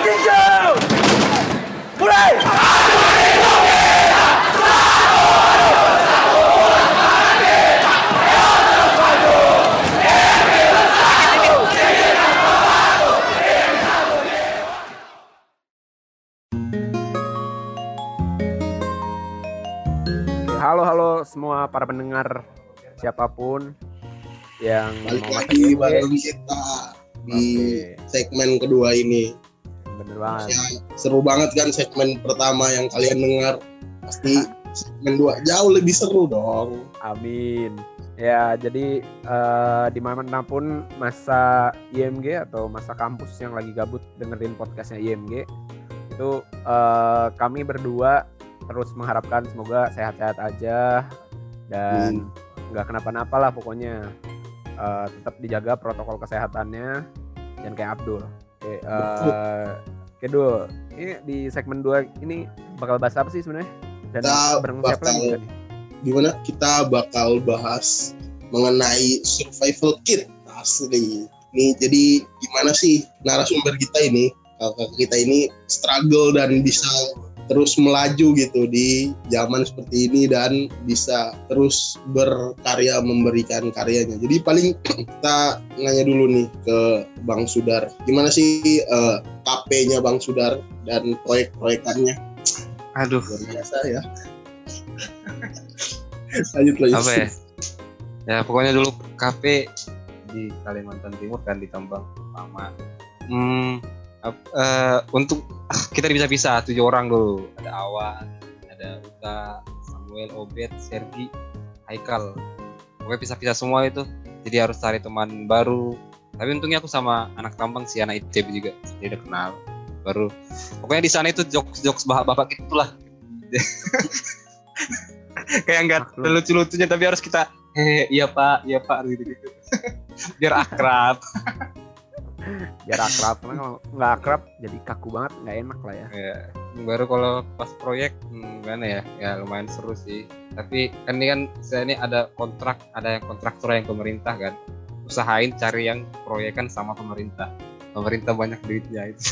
Hijau! Mulai! Halo semua para pendengar siapapun yang balik mau lagi bareng kita di segmen kedua ini. Bener banget. Ya, seru banget kan segmen pertama yang kalian dengar. Pasti segmen 2 jauh lebih seru dong. Amin. Ya, jadi dimanapun masa IMG atau masa kampus yang lagi gabut dengerin podcastnya IMG, itu kami berdua terus mengharapkan semoga sehat-sehat aja dan nggak kenapa-napa lah pokoknya. Tetap dijaga protokol kesehatannya dan kayak Abdul. Kedua, ini di segmen 2 ini bakal bahas apa sih sebenarnya? Dan bareng siapa lagi nih? Gimana? Kita bakal bahas mengenai survival kit asli. Nih, jadi gimana sih narasumber kita ini? Kakak kita ini struggle dan bisa terus melaju gitu di zaman seperti ini dan bisa terus berkarya memberikan karyanya. Jadi paling kita nanya dulu nih ke Bang Sudar. Gimana sih KP-nya Bang Sudar dan proyek-proyekannya? Aduh, luar biasa ya. Lanjut. Apa ya? Ya pokoknya dulu KP di Kalimantan Timur kan di Tambang Utama. Untuk kita bisa 7 orang dulu. Ada Awan, ada Uta, Samuel, Obed, Sergi, Haikal. Pokoknya pisah-pisah semua itu. Jadi harus cari teman baru. Tapi untungnya aku sama anak tambang sih, anak ITB juga. Jadi udah kenal. Baru. Pokoknya di sana itu jokes bapak gitulah. Kayak enggak lucu-lucunya tapi harus kita iya pak gitu. Biar akrab. Karena kalau nggak akrab jadi kaku banget, nggak enak lah ya. Baru kalau pas proyek gimana ya lumayan seru sih. Tapi kan saya ini ada yang kontraktor yang pemerintah kan. Usahain cari yang proyekan sama pemerintah banyak duitnya itu.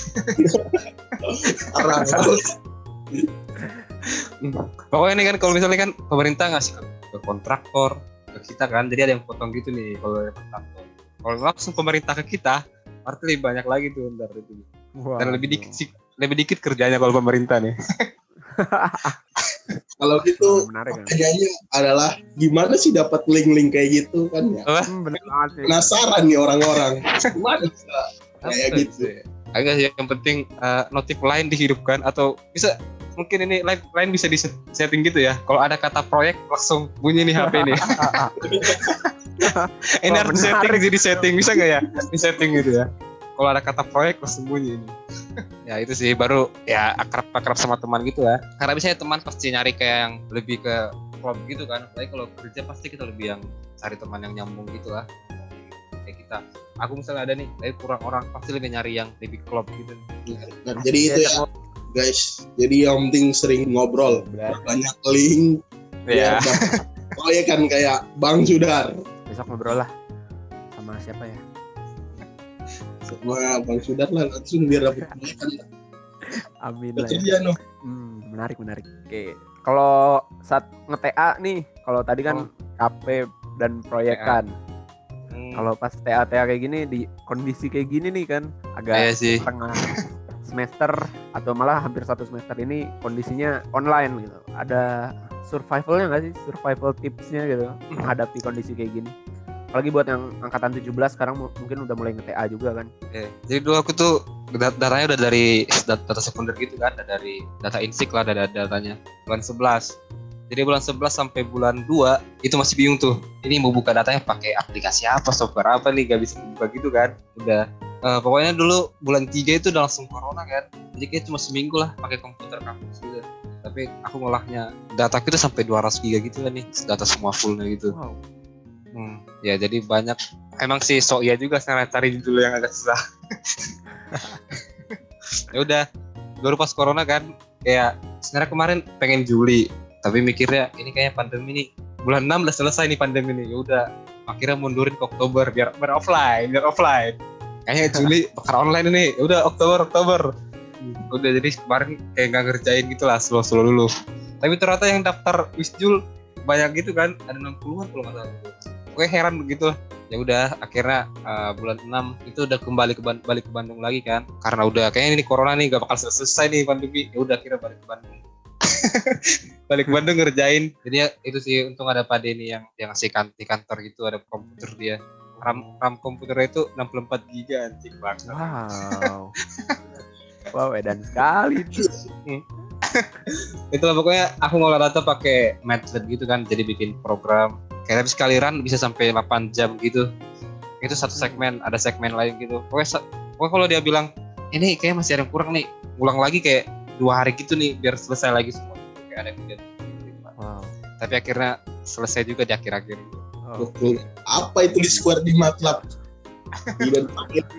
Pokoknya ini kan kalau misalnya kan pemerintah ngasih ke kontraktor ke kita kan, jadi ada yang potong gitu nih kalau dari kontraktor. Kalau langsung pemerintah ke kita artinya lebih banyak lagi tuh ntar itu. Wow. Dan lebih dikit kerjanya kalau pemerintah nih. Kalau gitu pertanyaannya adalah gimana sih dapat link-link kayak gitu kan ya? Penasaran nih orang-orang. Gimana bisa kayak gitu? Agak sih yang penting notif line dihidupkan atau bisa mungkin ini line bisa di-setting gitu ya. Kalau ada kata proyek langsung bunyi nih HP nih. Ini harus setting bisa nggak ya? Di setting gitu ya. Kalau ada kata proyek langsung bunyi ini. Ya itu sih baru ya akrab sama teman gitu ya. Karena biasanya teman pasti nyari kayak yang lebih ke klub gitu kan. Apalagi kalau kerja pasti kita lebih yang cari teman yang nyambung gitu lah. Kayak kita. Aku misalnya ada nih, tapi kurang orang pasti lebih nyari yang lebih klub gitu. Nah, jadi itu ya guys. Jadi yang penting sering ngobrol, banyak link. Biar proyek kan kayak Bang Sudar. Besok ngobrol lah sama siapa ya? Sama Bang Sudar lah langsung biar dapat proyekan. Amin lah ya. Menarik. Oke. Kalau saat nge-TA nih, kalau tadi kan KP dan proyekan. Kalau pas TA kayak gini di kondisi kayak gini nih kan agak setengah semester atau malah hampir 1 semester ini kondisinya online gitu. Ada survivalnya nggak sih? Survival tipsnya gitu menghadapi kondisi kayak gini. Apalagi buat yang angkatan 17 sekarang mungkin udah mulai nge-TA juga kan. Jadi dulu aku tuh datanya udah dari data sekunder gitu kan, dari data insik lah datanya bulan 11. Jadi bulan 11 sampai bulan 2 itu masih bingung tuh. Ini mau buka datanya pakai aplikasi apa, software apa nih, gak bisa buka gitu kan. Udah pokoknya dulu bulan 3 itu udah langsung corona kan. Jadi kayak cuma seminggu lah pakai komputer kampus gitu. Tapi aku ngolahnya data itu sampai 200 GB gitu kan nih, data semua fullnya gitu. Wow. Ya jadi banyak. Emang sih iya juga sekarang cari judul yang agak susah. Ya udah, baru pas corona kan kayak sebenarnya kemarin pengen Juli. Tapi mikirnya ini kayaknya pandemi nih bulan 6 udah selesai nih pandemi nih. Ya udah akhirnya mundurin ke Oktober biar offline. Kayaknya Juli bakal online ini. Ya udah Oktober. Udah jadi kemarin kayak nggak ngerjain gitu lah, slow dulu. Tapi ternyata yang daftar Wisjul banyak gitu kan, ada 60-an kalau nggak salah. Pokoknya heran begitu. Ya udah akhirnya bulan 6 itu udah balik ke Bandung lagi kan. Karena udah kayaknya ini corona nih gak bakal selesai nih pandemi. Ya udah akhirnya balik ke Bandung. Balik ke Bandung ngerjain. Jadi ya, itu sih untung ada Pak Denny yang ngasih di kantor gitu, ada komputer dia. RAM komputernya itu 64 GB anjing banget. Wow. Wow, edan sekali tuh. Itulah pokoknya aku ngolah data pakai Matlab gitu kan, jadi bikin program. Kayak sekali run bisa sampai 8 jam gitu. Itu satu segmen, ada segmen lain gitu. Pokoknya kalau dia bilang ini kayak masih ada yang kurang nih, ulang lagi kayak 2 hari gitu nih biar selesai lagi semua. Kayak ada yang wow. Tapi akhirnya selesai juga di akhir-akhir. Oh. Apa itu di square di MATLAB? Dan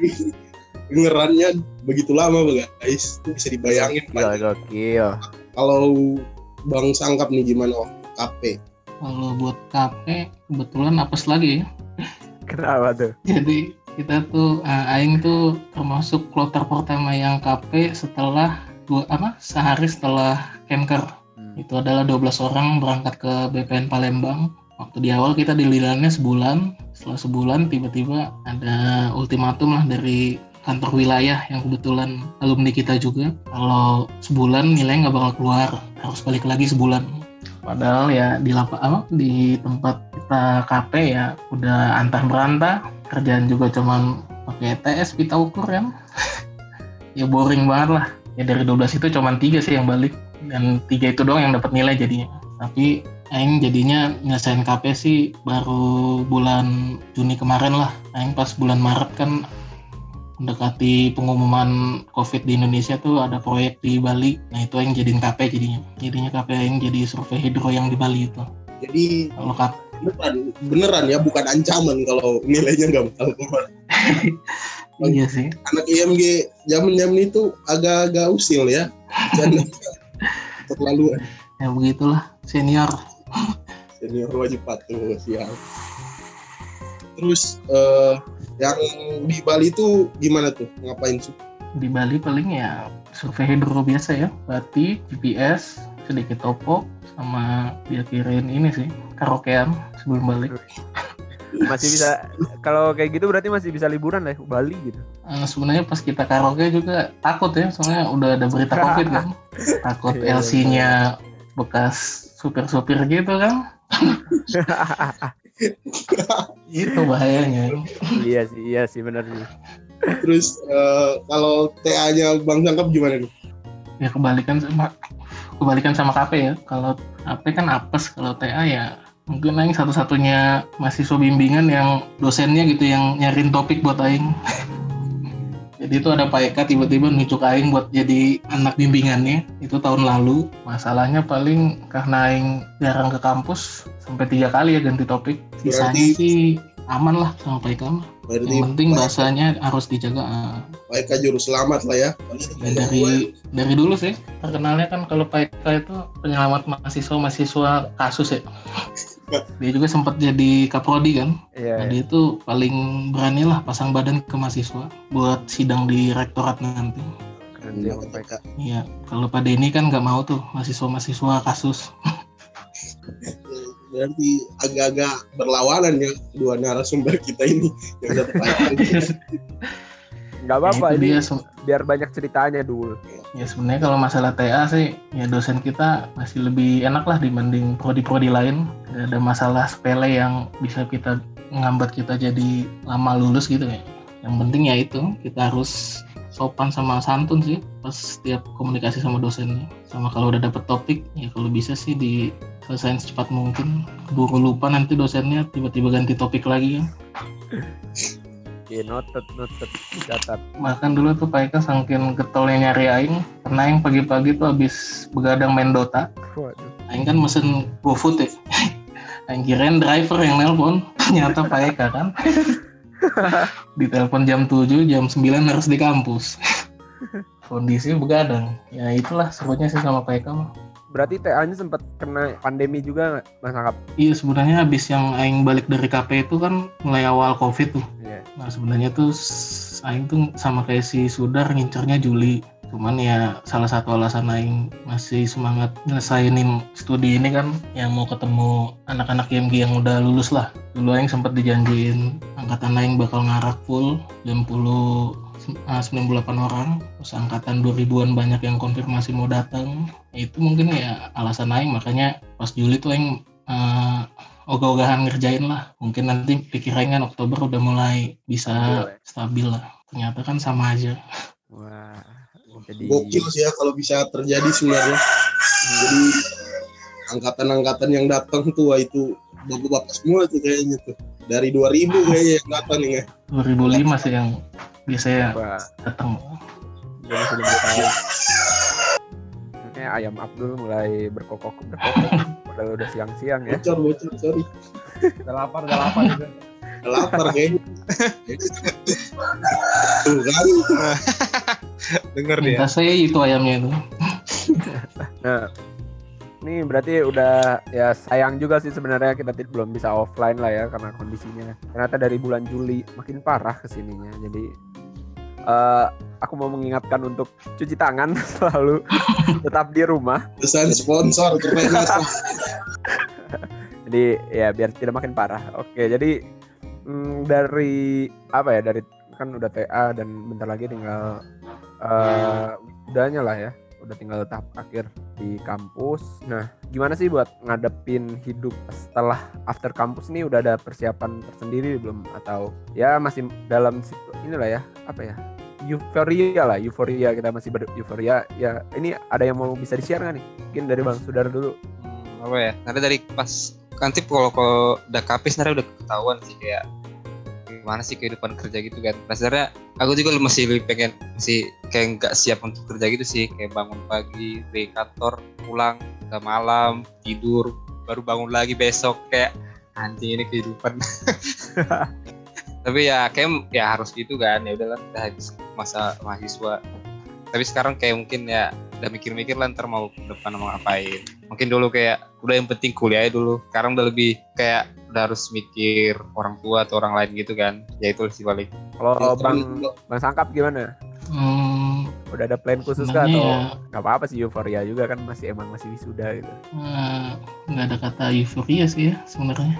ngerannya begitu lama guys, itu bisa dibayangin. Gokil. Kalau Bang Sangkap nih gimana waktu KP? Kalau buat KP kebetulan apes lagi ya. Kenapa tuh? Jadi kita tuh aing tuh termasuk kloter pertama yang KP setelah sehari setelah Kemker. Itu adalah 12 orang berangkat ke BPN Palembang. Waktu di awal kita dililannya sebulan. Setelah sebulan tiba-tiba ada ultimatum lah dari kantor wilayah yang kebetulan alumni kita juga. Kalau sebulan nilai nggak bakal keluar, harus balik lagi sebulan. Padahal ya di tempat kita KP ya udah antar berantah, kerjaan juga cuman pakai TS pita ukur kan. Ya boring banget lah. Ya dari 12 itu cuman 3 sih yang balik, dan 3 itu doang yang dapat nilai jadinya. Tapi aing jadinya nyelesain KP sih baru bulan Juni kemarin lah. Aing pas bulan Maret kan mendekati pengumuman COVID di Indonesia tuh ada proyek di Bali. Nah itu yang jadiin KP jadinya KP yang jadi survei hidro yang di Bali itu. Jadi kalau KP beneran ya, bukan ancaman kalau nilainya nggak bakal keluar. Iya sih. Anak IMG zaman itu agak-agak usil ya. Dan terlaluan. Ya begitulah, senior wajib patuh siap. Terus yang di Bali itu gimana tuh? Ngapain sih? Di Bali paling ya survei hidro biasa ya, berarti GPS, sedikit topo, sama diakhirin ini sih, karaokean sebelum balik. Masih bisa, kalau kayak gitu berarti masih bisa liburan lah Bali gitu. Sebenarnya pas kita karaoke juga takut ya, soalnya udah ada berita COVID kan. Takut LC-nya bekas supir-supir gitu kan. Itu bahayanya. Iya sih benar sih. Terus kalau TA-nya Bang Sangkap gimana nih? Ya kebalikan sama KP ya. Kalau KP kan apes, kalau TA ya mungkin aing satu-satunya mahasiswa bimbingan yang dosennya gitu yang nyariin topik buat aing. Jadi itu ada Pak Eka tiba-tiba nunjuk aing buat jadi anak bimbingannya. Itu tahun lalu. Masalahnya paling karena aing jarang ke kampus, sampai 3 kali ya ganti topik. Sisanya sih aman lah sama Pak Eka. Yang penting bahasanya harus dijaga. Pak Eka juru selamat lah ya. Dari dulu sih terkenalnya kan kalau Pak Eka itu penyelamat mahasiswa kasus ya. Dia juga sempat jadi kaprodi kan. Nah, dia itu paling berani lah pasang badan ke mahasiswa buat sidang di rektorat nanti. Keren dia Pak Eka. Iya, kalau Pak Denny kan nggak mau tuh mahasiswa kasus. Berarti agak-agak berlawanan ya dua narasumber kita ini. Yang satu Pak Eka. Nggak apa-apa, ini biar banyak ceritanya dulu. Ya sebenarnya kalau masalah TA sih ya dosen kita masih lebih enak lah dibanding prodi-prodi lain. Gak ada masalah sepele yang bisa kita ngambat kita jadi lama lulus gitu ya. Yang penting ya itu kita harus sopan sama santun sih pas setiap komunikasi sama dosennya. Sama kalau udah dapet topik ya kalau bisa sih diselesain secepat mungkin. Keburu lupa nanti dosennya tiba-tiba ganti topik lagi kan. Iya, noted, catat. Bahkan dulu tuh Pak Eka saking getolnya nyari aing, karena aing pagi-pagi tuh habis begadang main Dota. Waduh. Aing kan mesen GoFood ya. Aing kirain driver yang nelpon, ternyata Pak Eka kan. Ditelepon jam 7, jam 9 harus di kampus. Kondisi begadang. Ya itulah serunya sih sama Pak Eka mah. Berarti TA-nya sempat kena pandemi juga nggak, Mas Sangkap? Iya, sebenarnya habis yang aing balik dari KP itu kan mulai awal COVID tuh. Yeah. Nah sebenarnya tuh aing tuh sama kayak si Sudar ngincernya Juli. Cuman ya salah satu alasan Aing masih semangat nyelesainin studi ini kan yang mau ketemu anak-anak IMG yang udah lulus lah. Dulu Aing sempat dijanjiin angkatan Aing bakal ngarak full 98 orang, terus angkatan 2000-an banyak yang konfirmasi mau datang. Itu mungkin ya alasan Aing, makanya pas Juli tuh Aing ogah-ogahan ngerjain lah. Mungkin nanti pikirannya kan Oktober udah mulai bisa stabil lah. Ternyata kan sama aja. Wah, jadi gokil sih ya kalau bisa terjadi sebenarnya. Jadi angkatan-angkatan yang datang tuh itu bapak-bapak semua tuh kayaknya tuh. Dari 2000 kayaknya yang datang nih ya. 2005 sih yang biasanya datang. Gue masih 5 tahun. Kayaknya ayam Abdul mulai berkokok. Padahal udah siang-siang ya. Bocor, sorry. Udah lapar juga. Lapar kayaknya. Tuh kan. Dengar dia. Minta saya itu ayamnya itu. Nah, ini berarti udah ya sayang juga sih sebenarnya kita belum bisa offline lah ya karena kondisinya. Ternyata dari bulan Juli makin parah kesininya. Jadi aku mau mengingatkan untuk cuci tangan selalu, tetap di rumah. Pesan sponsor keren banget. Jadi ya biar tidak makin parah. Oke, jadi dari apa ya, dari kan udah TA dan bentar lagi tinggal udahnya lah ya, udah tinggal tahap akhir di kampus. Nah, gimana sih buat ngadepin hidup setelah after kampus nih? Udah ada persiapan tersendiri belum? Atau ya masih dalam inilah ya, apa ya, euforia kita masih euforia ya. Ini ada yang mau bisa di-share nggak nih? Mungkin dari Bang Sudar dulu. Apa ya, nanti dari pas nanti kalau udah kapis sebenarnya udah ketahuan sih kayak gimana sih kehidupan kerja gitu kan. Nah sebenarnya aku juga masih kayak nggak siap untuk kerja gitu sih, kayak bangun pagi di kantor, pulang udah malam, tidur, baru bangun lagi besok, kayak anjing ini kehidupan. Tapi ya kayak ya harus gitu kan, ya udahlah udah habis masa mahasiswa. Tapi sekarang kayak mungkin ya udah mikir-mikir lah ntar mau ke depan mau ngapain. Mungkin dulu kayak udah yang penting kuliah dulu. Sekarang udah lebih kayak udah harus mikir orang tua atau orang lain gitu kan. Ya itu sih paling. Kalau Bang Sangkap gimana? Udah ada plan khusus kah atau nggak apa-apa sih, euforia juga kan, masih wisuda gitu. Nggak ada kata euforia sih ya sebenarnya.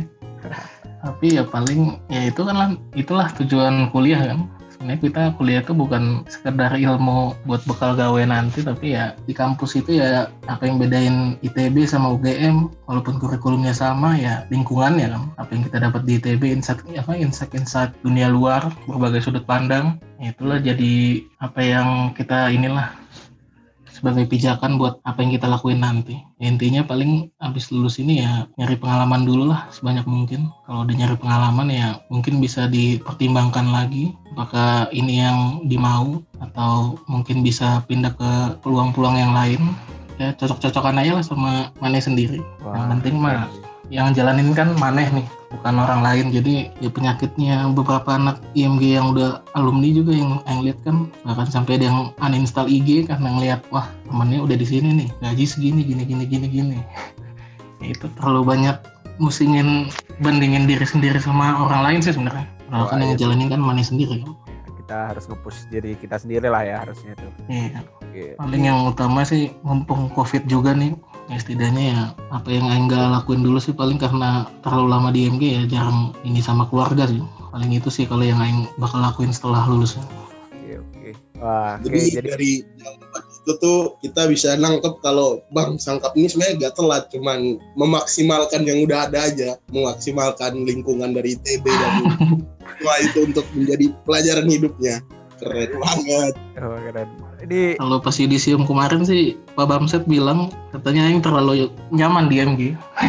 Tapi ya paling ya itulah tujuan kuliah kan. Sebenarnya kita kuliah itu bukan sekedar ilmu buat bekal gawe nanti, tapi ya di kampus itu ya apa yang bedain ITB sama UGM, walaupun kurikulumnya sama ya lingkungannya kan. Apa yang kita dapat di ITB, insight dunia luar, berbagai sudut pandang, ya itulah jadi apa yang kita inilah sebagai pijakan buat apa yang kita lakuin nanti. Ya, intinya paling abis lulus ini ya nyari pengalaman dulu lah sebanyak mungkin. Kalau udah nyari pengalaman ya mungkin bisa dipertimbangkan lagi apakah ini yang dimau atau mungkin bisa pindah ke peluang-peluang yang lain. Ya cocok-cocokan aja lah sama maneh sendiri. Yang penting mah yang jalanin kan maneh nih, bukan orang lain. Jadi ya penyakitnya beberapa anak IMG yang udah alumni juga yang lihat kan, bahkan sampai ada yang uninstall IG karena ngeliat wah temennya udah di sini nih, gaji segini gini. Ya, itu terlalu banyak musingin bandingin diri sendiri sama orang lain sih sebenarnya. Kalau kan yang jalanin kan maneh sendiri kan. Kita harus nge-push diri kita sendiri lah ya harusnya tuh. Iya. Paling yang utama sih mumpung COVID juga nih, ya setidaknya ya apa yang Aing gak lakuin dulu sih paling karena terlalu lama di IMG ya jarang ini sama keluarga sih. Paling itu sih kalau yang Aing bakal lakuin setelah lulus. Oke. Wah, jadi dari jawaban itu tuh kita bisa nangkep kalau Bang Sangkap ini sebenarnya gak telat, cuman memaksimalkan yang udah ada aja, memaksimalkan lingkungan dari ITB dan semua itu untuk menjadi pelajaran hidupnya. Keren banget. Oh, keren. Ini kalau pas yudisium kemarin sih Pak Bamset bilang katanya yang terlalu nyaman di MG.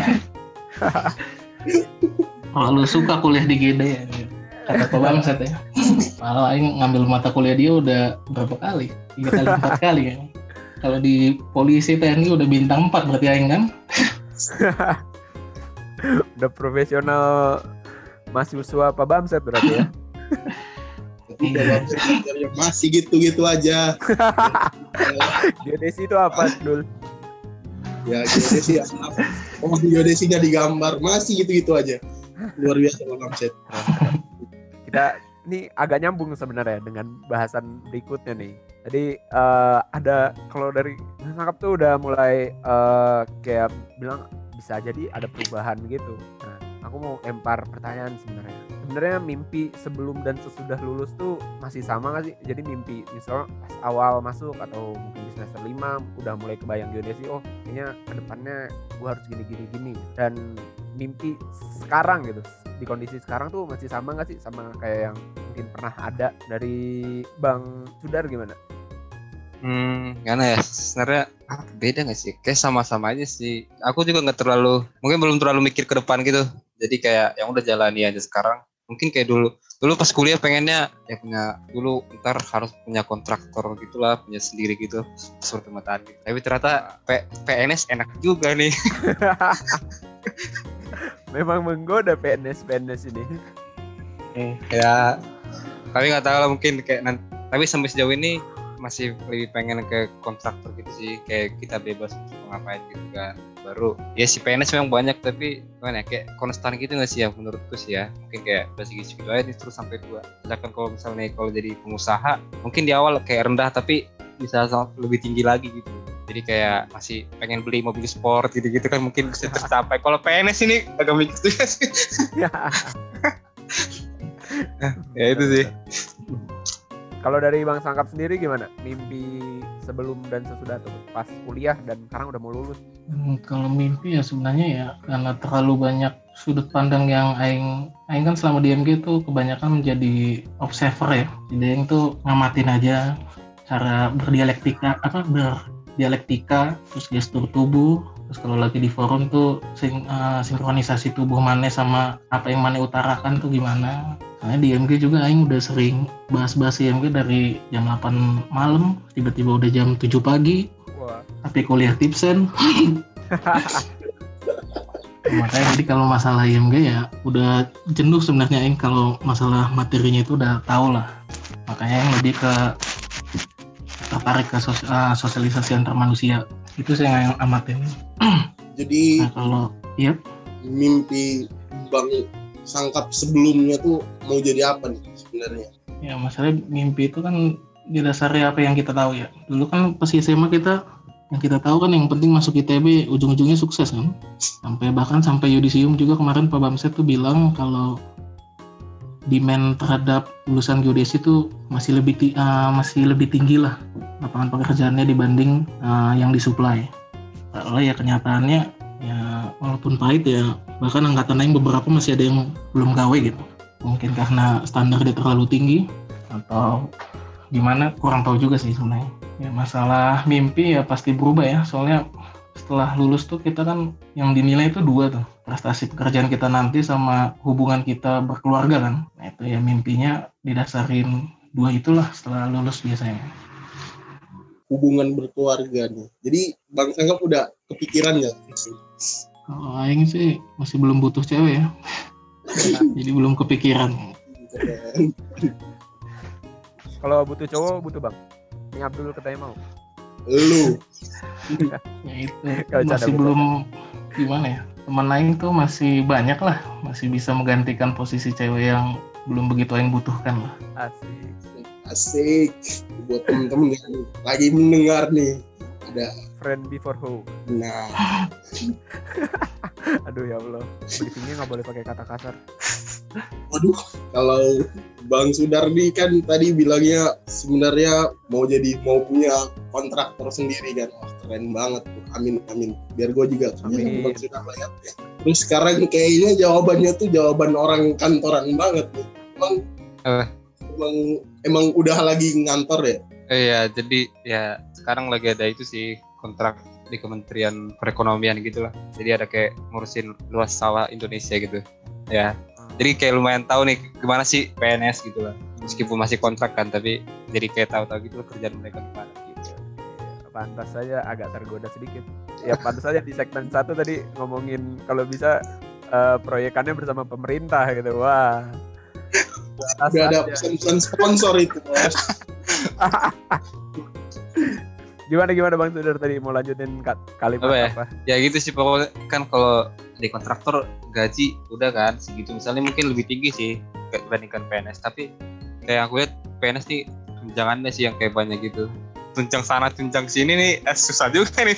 Terlalu suka kuliah di GD ya. Kata Pak Bamset ya. Malah Aing ngambil mata kuliah dia udah berapa kali? 3 kali 4 kali ya. Kalau di polisi TNI udah bintang 4 berarti Aing kan. Udah profesional mahasiswa Pak Bamset berarti ya. Masih gitu-gitu aja. Geodesi itu apa, Dul? Ya geodesi apa? Oh, geodesinya digambar, masih gitu-gitu aja. Luar biasa Bang Bamset. Kita ini agak nyambung sebenarnya dengan bahasan berikutnya nih. Jadi ada kalau dari nangkap tuh udah mulai kayak bilang bisa jadi ada perubahan gitu. Nah, aku mau lempar pertanyaan sebenarnya. Sebenarnya mimpi sebelum dan sesudah lulus tuh masih sama nggak sih? Jadi mimpi misalnya pas awal masuk atau mungkin di semester 5 udah mulai kebayang geodesi, oh kayaknya kedepannya gue harus gini. Dan mimpi sekarang gitu, di kondisi sekarang tuh masih sama nggak sih sama kayak yang mungkin pernah ada dari Bang Sudar gimana? Gimana ya, sebenarnya beda nggak sih? Kayak sama-sama aja sih. Aku juga nggak terlalu, mungkin belum terlalu mikir ke depan gitu. Jadi kayak yang udah jalani aja sekarang. Mungkin kayak dulu pas kuliah pengennya ya punya, dulu ntar harus punya kontraktor gitulah, punya sendiri gitu, seperti mataan gitu. Tapi ternyata PNS enak juga nih. Memang menggoda PNS ini. Ya, tapi nggak tahu lah, mungkin kayak nanti. Tapi sampai sejauh ini masih lebih pengen ke kontraktor gitu sih, kayak kita bebas untuk ngapain gitu kan. Baru ya si PNS memang banyak, tapi gimana ya, kayak konstan gitu nggak sih ya menurutku sih ya. Mungkin kayak segitu aja nih terus sampai tua. Sedangkan kalau misalnya kalau jadi pengusaha mungkin di awal kayak rendah tapi bisa lebih tinggi lagi gitu. Jadi kayak masih pengen beli mobil sport gitu-gitu kan, mungkin bisa tercapai. Kalau PNS ini agak mikir juga sih. Ya itu sih. Kalau dari Bang Sangkap sendiri gimana? Mimpi sebelum dan sesudah tuh pas kuliah dan sekarang udah mau lulus. Kalau mimpi ya sebenarnya ya karena terlalu banyak sudut pandang yang aing kan selama di MG tuh kebanyakan menjadi observer ya. Jadi aing tuh ngamatin aja cara berdialektika, terus gestur tubuh, terus kalau lagi di forum tuh sinkronisasi tubuh Mane sama apa yang Mane utarakan tuh gimana. Soalnya di MG juga aing udah sering bahas-bahas MG dari jam 8 malam, tiba-tiba udah jam 7 pagi. Wah. Tapi kuliah tipsen. Makanya jadi kalau masalah IMG ya udah jenuh sebenarnya aing, kalau masalah materinya itu udah tahu lah. Makanya yang lebih ke tertarik ke sosialisasi antar manusia. Itu saya yang amatin. Jadi kalau mimpi Bang Sangkap sebelumnya tuh mau jadi apa nih sebenarnya? Ya masalahnya mimpi itu kan didasari apa yang kita tahu ya. Dulu kan pas SMA kita yang kita tahu kan yang penting masuk ITB, ujung-ujungnya sukses kan. Sampai yudisium juga kemarin Pak Bamset tuh bilang kalau demand terhadap lulusan geodesi itu masih lebih tinggi lah lapangan pekerjaannya dibanding yang disuplai. Kalau ya kenyataannya ya walaupun pahit ya, bahkan angkatan lain beberapa masih ada yang belum gawe gitu. Mungkin karena standar dia terlalu tinggi atau gimana, kurang tahu juga sih sebenarnya. Ya masalah mimpi ya pasti berubah ya, soalnya setelah lulus tuh kita kan yang dinilai itu dua tuh, prestasi pekerjaan kita nanti sama hubungan kita berkeluarga kan. Nah itu ya mimpinya didasarin dua itulah setelah lulus biasanya. Hubungan berkeluarga nih. Jadi Bang Sangkap udah kepikiran nggak? Kalau aing sih masih belum butuh cewek ya. Jadi belum kepikiran. Kalau butuh cowok butuh Bang. Ini Abdul katanya mau. Lu. Ya itu masih belum gimana ya. Teman lain tuh masih banyak lah, masih bisa menggantikan posisi cewek yang belum begitu aing butuhkan lah. Asik. Buat temen-temen yang lagi mendengar nih, ada friend before hoe. Nah. Aduh ya Allah, briefingnya nggak boleh pakai kata kasar. Waduh, kalau Bang Sudardi kan tadi bilangnya sebenarnya mau punya kontraktor sendiri kan. Wah, keren banget tuh. Amin. Biar gue juga punya Bang Sudar lah ya. Terus sekarang kayaknya jawabannya tuh jawaban orang kantoran banget nih. Emang udah lagi ngantor ya? Iya, jadi ya sekarang lagi ada itu sih, kontrak di Kementerian Perekonomian gitu lah. Jadi ada kayak ngurusin luas sawah Indonesia gitu. Ya. Jadi kayak lumayan tahu nih gimana sih PNS gitu lah. Meskipun masih kontrak kan, tapi jadi kayak tahu-tahu gitu loh kerjaan mereka gimana gitu. Pantas saja agak tergoda sedikit. Ya pantas saja di segmen 1 tadi ngomongin kalau bisa proyekannya bersama pemerintah gitu. Wah. Udah ada pesan-pesan sponsor itu. Gimana Bang Sudar tadi mau lanjutin kalimat apa? Ya gitu sih pokoknya kan, kalau di kontraktor gaji udah kan segitu, misalnya mungkin lebih tinggi sih dibandingkan PNS, tapi kayak aku lihat PNS nih tunjangannya sih yang kayak banyak gitu. Tunjang sana, tunjang sini nih, susah juga nih.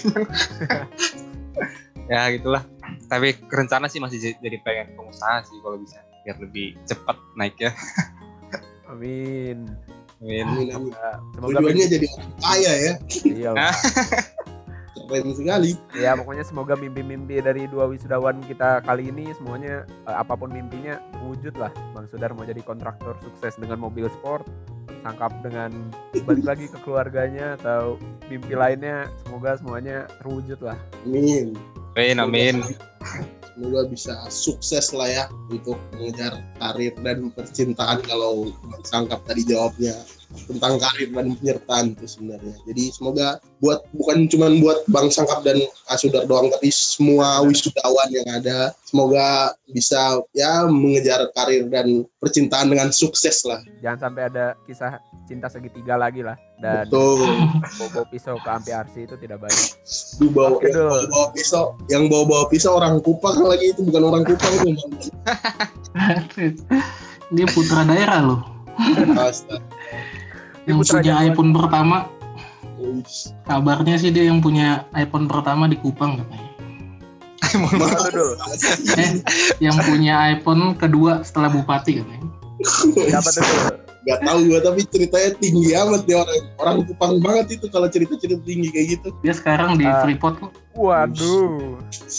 Ya gitulah. Tapi rencana sih masih jadi pengen pengusaha sih kalau bisa, biar lebih cepat naik ya. Amin. Semoga tujuannya jadi orang kaya ya. Iya. Keren sekali. Ya pokoknya semoga mimpi-mimpi dari dua wisudawan kita kali ini semuanya apapun mimpinya wujud lah. Bang Sudar mau jadi kontraktor sukses dengan mobil sport, Sangkap dengan balik lagi ke keluarganya atau mimpi lainnya, semoga semuanya terwujud lah. Amin. Amin. Semoga bisa sukses lah ya untuk mengejar karir dan percintaan. Kalau Sangkap tadi jawabnya tentang karir dan penyertaan itu sebenarnya. Jadi semoga bukan cuma buat Bang Sangkap dan Asudar doang, tapi semua wisudawan yang ada semoga bisa ya mengejar karir dan percintaan dengan sukses lah. Jangan sampai ada kisah cinta segitiga lagi lah. Dan bawa pisau ke Ampi Arsi itu tidak baik. Yang bawa pisau orang Kupang lagi, itu bukan orang Kupang itu. Dia putra daerah loh. Astaga. Yang punya iPhone pertama. Kabarnya sih dia yang punya iPhone pertama di Kupang katanya. Yang punya iPhone kedua setelah bupati katanya. Siapa tuh? Gak tahu gue, tapi ceritanya tinggi amat dia, orang Kupang banget itu kalau cerita-cerita tinggi kayak gitu. Dia sekarang di Freeport kok. Waduh.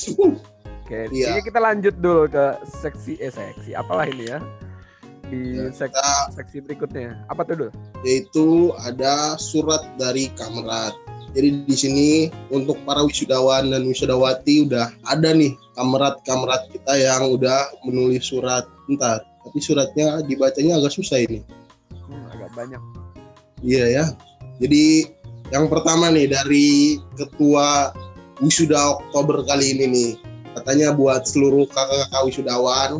Oke, ini kita lanjut dulu ke seksi apalah ini ya. Di seksi berikutnya. Apa tuh dulu? Yaitu ada surat dari Kamrat. Jadi di sini untuk para wisudawan dan wisudawati udah ada nih kamrat kita yang udah menulis surat. Bentar, tapi suratnya dibacanya agak susah ini. Agak banyak. Iya ya. Jadi yang pertama nih dari Ketua Wisuda Oktober kali ini nih. Katanya buat seluruh kakak-kakak wisudawan,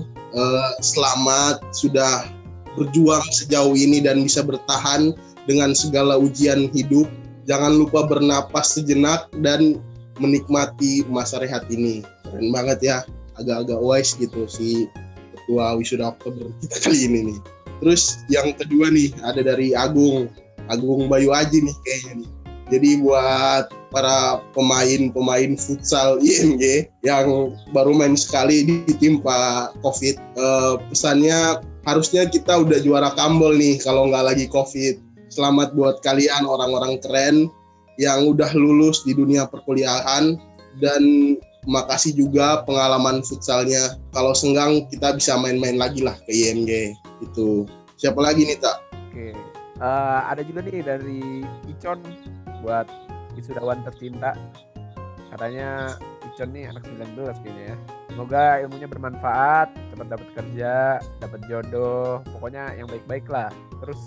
selamat sudah berjuang sejauh ini dan bisa bertahan dengan segala ujian hidup. Jangan lupa bernapas sejenak dan menikmati masa rehat ini. Keren banget ya, agak-agak wise gitu si Ketua Wisuda Oktober kita kali ini nih. Terus yang kedua nih ada dari Agung Bayu Aji nih kayaknya nih. Jadi buat para pemain futsal IMG yang baru main sekali ditimpa COVID, pesannya harusnya kita udah juara Kambol nih kalau nggak lagi COVID. Selamat buat kalian orang-orang keren yang udah lulus di dunia perkuliahan, dan makasih juga pengalaman futsalnya. Kalau senggang kita bisa main-main lagi lah ke IMG itu. Siapa lagi nih Tak? Oke, ada juga nih dari Icon buat wisudawan tercinta. Katanya Icon nih anak 19 kayaknya ya. Semoga ilmunya bermanfaat, cepat dapat kerja, dapat jodoh, pokoknya yang baik-baik lah. Terus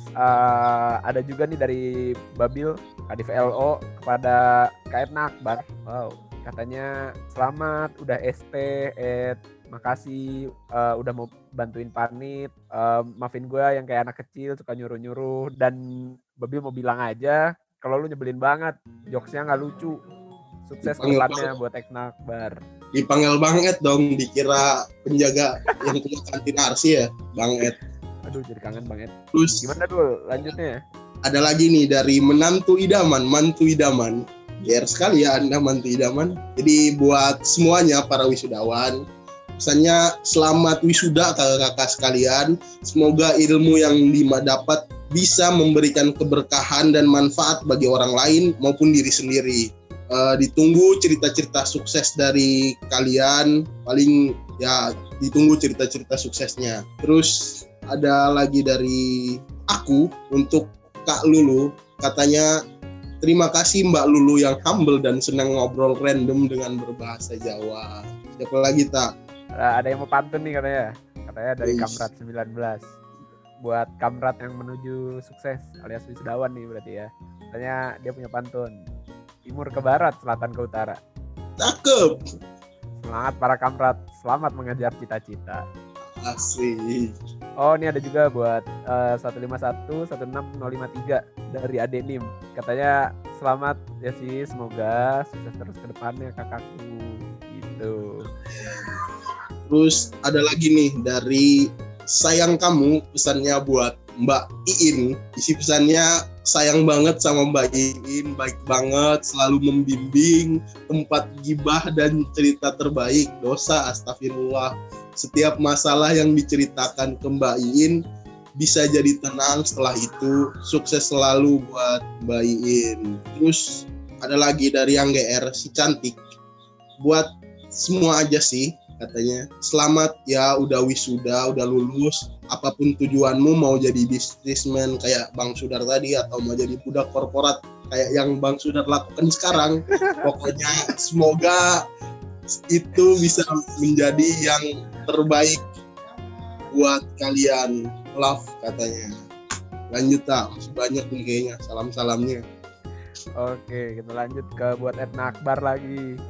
ada juga nih dari Babil Kadif LO kepada Kaetna Akbar. Wow, katanya selamat udah ST, makasih udah mau bantuin panit, maafin gue yang kayak anak kecil suka nyuruh-nyuruh, dan Babil mau bilang aja kalau lu nyebelin banget, jokesnya nggak lucu. Sukses ke depannya buat Kaetna Akbar. Dipanggil Bang Ed dong, dikira penjaga yang punya kantin Arsi ya, Bang Ed. Aduh, jadi kangen Bang Ed. Terus gimana dulu lanjutnya? Ada lagi nih dari mantu idaman. GR sekali ya Anda mantu idaman. Jadi buat semuanya para wisudawan, pesannya selamat wisuda kakak-kakak sekalian. Semoga ilmu yang dapat bisa memberikan keberkahan dan manfaat bagi orang lain maupun diri sendiri. Ditunggu cerita-cerita sukses dari kalian, paling ya ditunggu cerita-cerita suksesnya. Terus ada lagi dari aku untuk Kak Lulu, katanya terima kasih Mbak Lulu yang humble dan senang ngobrol random dengan berbahasa Jawa. Siapa lagi Tak? Ada yang mau pantun nih katanya dari Kamrat 19. Buat Kamrat yang menuju sukses alias wisudawan nih berarti ya. Katanya dia punya pantun. Timur ke barat, selatan ke utara. Cakep. Semangat para Kamrat, selamat mengejar cita-cita. Asik. Oh, ini ada juga buat 151-16053 dari Adenim. Katanya selamat ya sih, semoga sukses terus ke depannya kakakku. Gitu. Terus ada lagi nih dari Sayang Kamu, pesannya buat Mbak Iin. Isi pesannya, sayang banget sama Mbak Iin, baik banget, selalu membimbing, tempat gibah dan cerita terbaik, dosa astagfirullah. Setiap masalah yang diceritakan ke Mbak Iin bisa jadi tenang setelah itu. Sukses selalu buat Mbak Iin. Terus ada lagi dari yang GR, si cantik. Buat semua aja sih katanya. Selamat ya udah wisuda, udah lulus. Apapun tujuanmu, mau jadi bisnismen kayak Bang Sudar tadi atau mau jadi budak korporat kayak yang Bang Sudar lakukan sekarang. Pokoknya semoga itu bisa menjadi yang terbaik buat kalian. Love katanya. Lanjut tak, masih banyak nih kayaknya salam-salamnya. Oke, kita lanjut ke buat Etna Akbar lagi.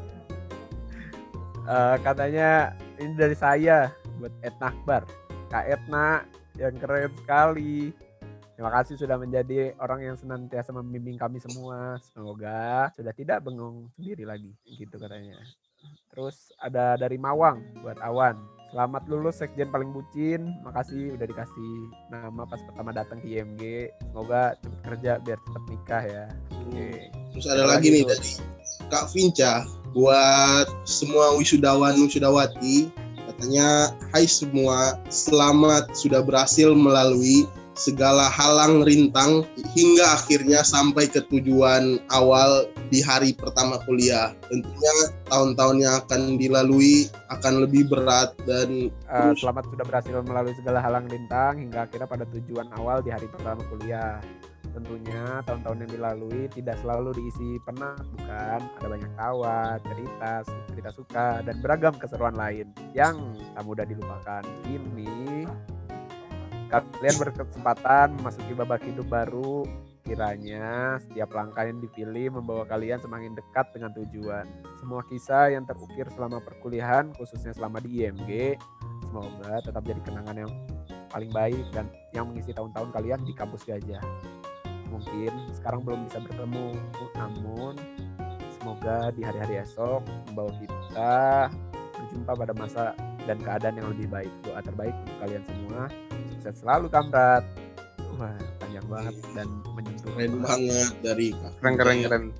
Katanya ini dari saya buat Etna Akbar. Kak Etna yang keren sekali. Terima kasih sudah menjadi orang yang senantiasa membimbing kami semua. Semoga sudah tidak bengong sendiri lagi, gitu katanya. Terus ada dari Mawang buat Awan. Selamat lulus sekjen paling bucin. Makasih udah dikasih nama pas pertama datang ke IMG. Semoga cepet kerja biar cepet nikah ya. Oke. Terus ada lagi nih dari Kak Vinca buat semua wisudawan wisudawati. Katanya, hai semua, selamat sudah berhasil melalui segala halang rintang hingga akhirnya sampai ke tujuan awal di hari pertama kuliah. Tentunya tahun-tahun yang akan dilalui akan lebih berat dan selamat sudah berhasil melalui segala halang rintang hingga akhirnya pada tujuan awal di hari pertama kuliah. Tentunya tahun-tahun yang dilalui tidak selalu diisi penat, bukan? Ada banyak tawa, cerita suka, dan beragam keseruan lain yang tak mudah dilupakan. Kini kalian berkesempatan memasuki babak hidup baru. Kiranya setiap langkah yang dipilih membawa kalian semakin dekat dengan tujuan. Semua kisah yang terukir selama perkuliahan, khususnya selama di IMG, semoga tetap jadi kenangan yang paling baik dan yang mengisi tahun-tahun kalian di kampus Gajah. Mungkin sekarang belum bisa bertemu, namun semoga di hari-hari esok membawa kita berjumpa pada masa dan keadaan yang lebih baik. Doa terbaik untuk kalian semua. Sukses selalu Kamrat. Wah, panjang banget dan menyentuh. Keren banget dari Keren.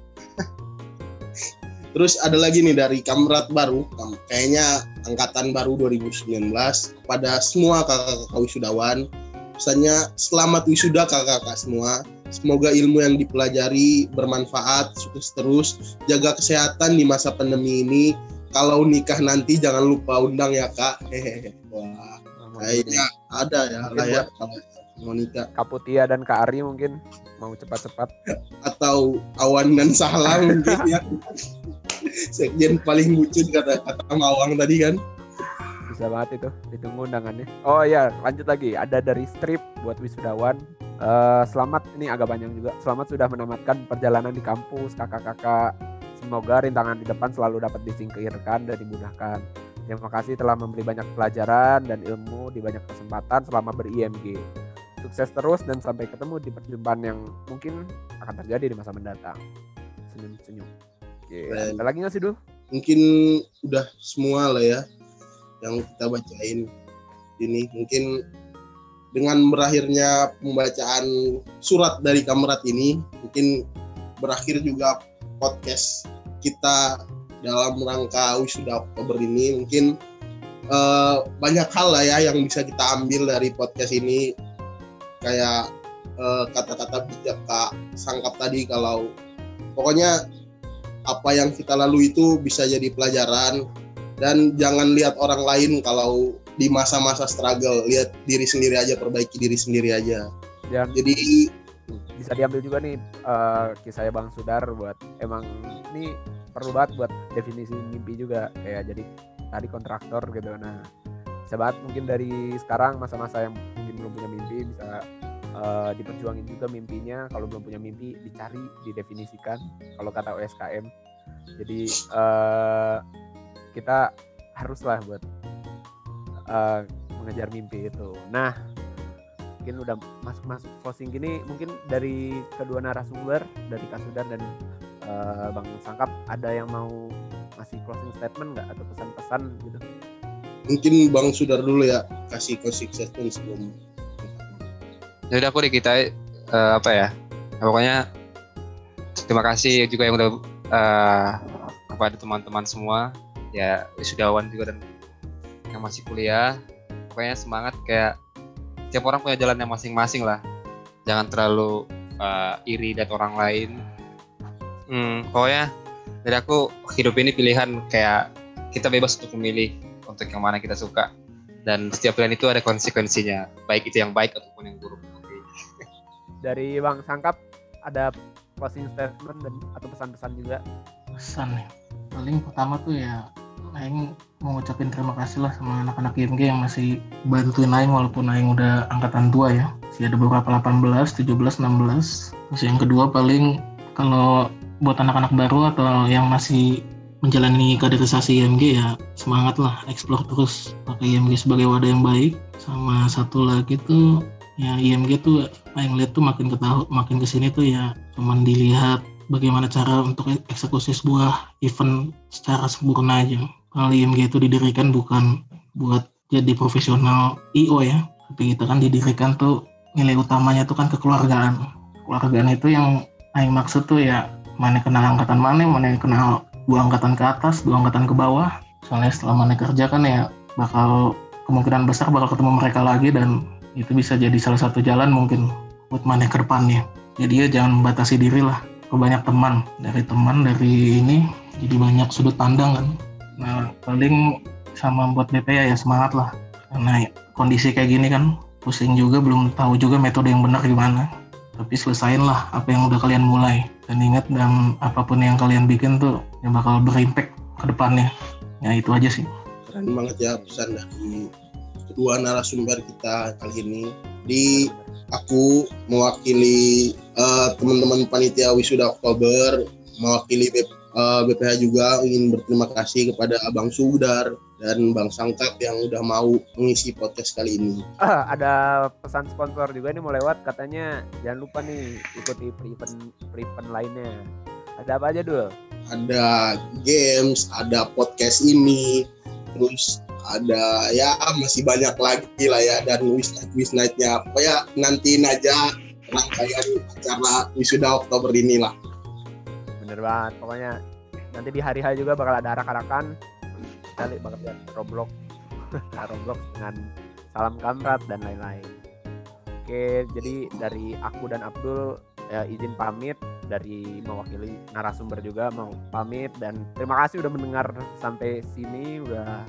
Terus ada lagi nih dari Kamrat baru, kayaknya angkatan baru 2019, pada semua kakak-kakak wisudawan. Pesannya, selamat wisuda kakak-kakak semua. Semoga ilmu yang dipelajari bermanfaat, sukses terus, jaga kesehatan di masa pandemi ini. Kalau nikah nanti jangan lupa undang ya kak. Wah, kayaknya ada ya lah ya kalau mau nikah. Kak Putia dan Kak Ari mungkin mau cepat-cepat. Atau Awan dan Sahla mungkin ya. Sekjen paling bucin kata Mawang tadi kan. Bisa banget itu, ditunggu undangannya. Oh iya, lanjut lagi. Ada dari Strip buat wisudawan. Selamat, ini agak panjang juga. Selamat sudah menamatkan perjalanan di kampus, kakak-kakak. Semoga rintangan di depan selalu dapat disingkirkan dan dimudahkan. Terima kasih telah memberi banyak pelajaran dan ilmu di banyak kesempatan selama ber-IMG. Sukses terus dan sampai ketemu di perjumpaan yang mungkin akan terjadi di masa mendatang. Senyum-senyum. Oke, ada lagi nggak sih, Dul? Mungkin udah semua lah ya yang kita bacain ini. Mungkin dengan berakhirnya pembacaan surat dari Kamrat ini, mungkin berakhir juga podcast kita dalam rangka wisuda Oktober ini. Mungkin banyak hal lah ya yang bisa kita ambil dari podcast ini, kayak kata-kata bijak Kak Sangkap tadi, kalau pokoknya apa yang kita lalui itu bisa jadi pelajaran. Dan jangan lihat orang lain kalau di masa-masa struggle, lihat diri sendiri aja, perbaiki diri sendiri aja. Jadi bisa diambil juga nih kisahnya Bang Sudar buat emang ini perlu banget buat definisi mimpi juga, kayak jadi tadi kontraktor gitu. Nah, bisa banget mungkin dari sekarang masa-masa yang mungkin belum punya mimpi bisa diperjuangin juga mimpinya. Kalau belum punya mimpi dicari, didefinisikan kalau kata USKM. Jadi kita haruslah buat mengejar mimpi itu. Nah, mungkin udah masuk closing gini, mungkin dari kedua narasumber, dari Kak Sudar dan Bang Sangkap, ada yang mau ngasih closing statement nggak atau pesan-pesan gitu? Mungkin Bang Sudar dulu ya, kasih closing statement sebelum. Jadi aku di kita apa ya? Pokoknya terima kasih juga yang udah kepada teman-teman semua, ya wisudawan juga dan yang masih kuliah. Pokoknya semangat, kayak tiap orang punya jalannya masing-masing lah. Jangan terlalu iri dan orang lain. Pokoknya dari aku, hidup ini pilihan, kayak kita bebas untuk memilih untuk yang mana kita suka. Dan setiap pilihan itu ada konsekuensinya, baik itu yang baik ataupun yang buruk. Dari Bang Sangkap ada closing statement dan atau pesan-pesan juga? Pesan ya, paling pertama tuh ya Aing mau ngucapin terima kasih lah sama anak-anak IMG yang masih bantuin Aing walaupun Aing udah angkatan tua ya. Masih ada beberapa 18, 17, 16. Terus yang kedua paling kalau buat anak-anak baru atau yang masih menjalani kaderisasi IMG ya semangat lah, explore terus, pakai IMG sebagai wadah yang baik. Sama satu lagi tuh ya IMG tuh Aing lihat tuh makin kesini tuh ya cuman dilihat bagaimana cara untuk eksekusi sebuah event secara sempurna aja. Kalau IMG itu didirikan bukan buat jadi profesional IO ya, tapi kita kan didirikan tuh nilai utamanya tuh kan kekeluargaan. Kekeluargaan itu yang Aing maksud tuh ya mana kenal angkatan mana yang kenal 2 angkatan ke atas, 2 angkatan ke bawah. Soalnya setelah mana kerja kan ya bakal kemungkinan besar bakal ketemu mereka lagi dan itu bisa jadi salah satu jalan mungkin buat mana ke depannya. Jadi ya jangan batasi diri lah, banyak teman dari ini jadi banyak sudut pandang kan. Nah paling sama buat BPA ya semangat lah, karena kondisi kayak gini kan pusing juga, belum tahu juga metode yang benar gimana, tapi selesain lah apa yang udah kalian mulai dan ingat, dan apapun yang kalian bikin tuh yang bakal berimpact ke depannya. Ya itu aja sih. Keren banget ya pesan dari kedua narasumber kita kali ini. Di aku mewakili teman-teman panitia wisuda Oktober, mewakili BPH juga ingin berterima kasih kepada Abang Sudar dan Bang Sangkap yang udah mau mengisi podcast kali ini. Ada pesan sponsor juga nih mau lewat, katanya jangan lupa nih ikuti pre-event lainnya. Ada apa aja dulu? Ada games, ada podcast ini, terus ada ya masih banyak lagi lah ya, dan wish night-nya. Pokoknya nantiin aja rangkaian acara wisuda Oktober inilah. Bener banget, pokoknya nanti di hari H juga bakal ada arak-arakan. Kali bakal lihat Roblox dengan salam kamrat dan lain-lain. Oke, jadi dari aku dan Abdul ya, izin pamit, dari mewakili narasumber juga mau pamit, dan terima kasih udah mendengar sampai sini. Udah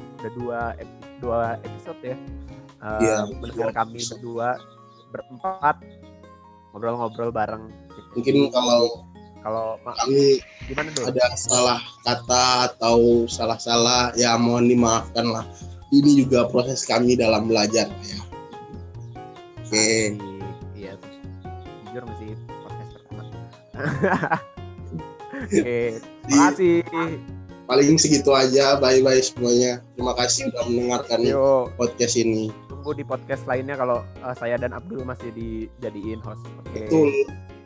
dua episode ya. Mendengar kami berdua berempat ngobrol-ngobrol bareng. Mungkin kalau kami gimana dulu? Ada salah kata atau salah ya mohon dimaafkan lah. Ini juga proses kami dalam belajar ya. Oke. Iya. Jujur masih podcast pertama. Oke. Terima kasih. Paling segitu aja. Bye semuanya. Terima kasih sudah mendengarkan podcast ini. Tunggu di podcast lainnya kalau saya dan Abdul masih dijadiin host. Oke. Betul.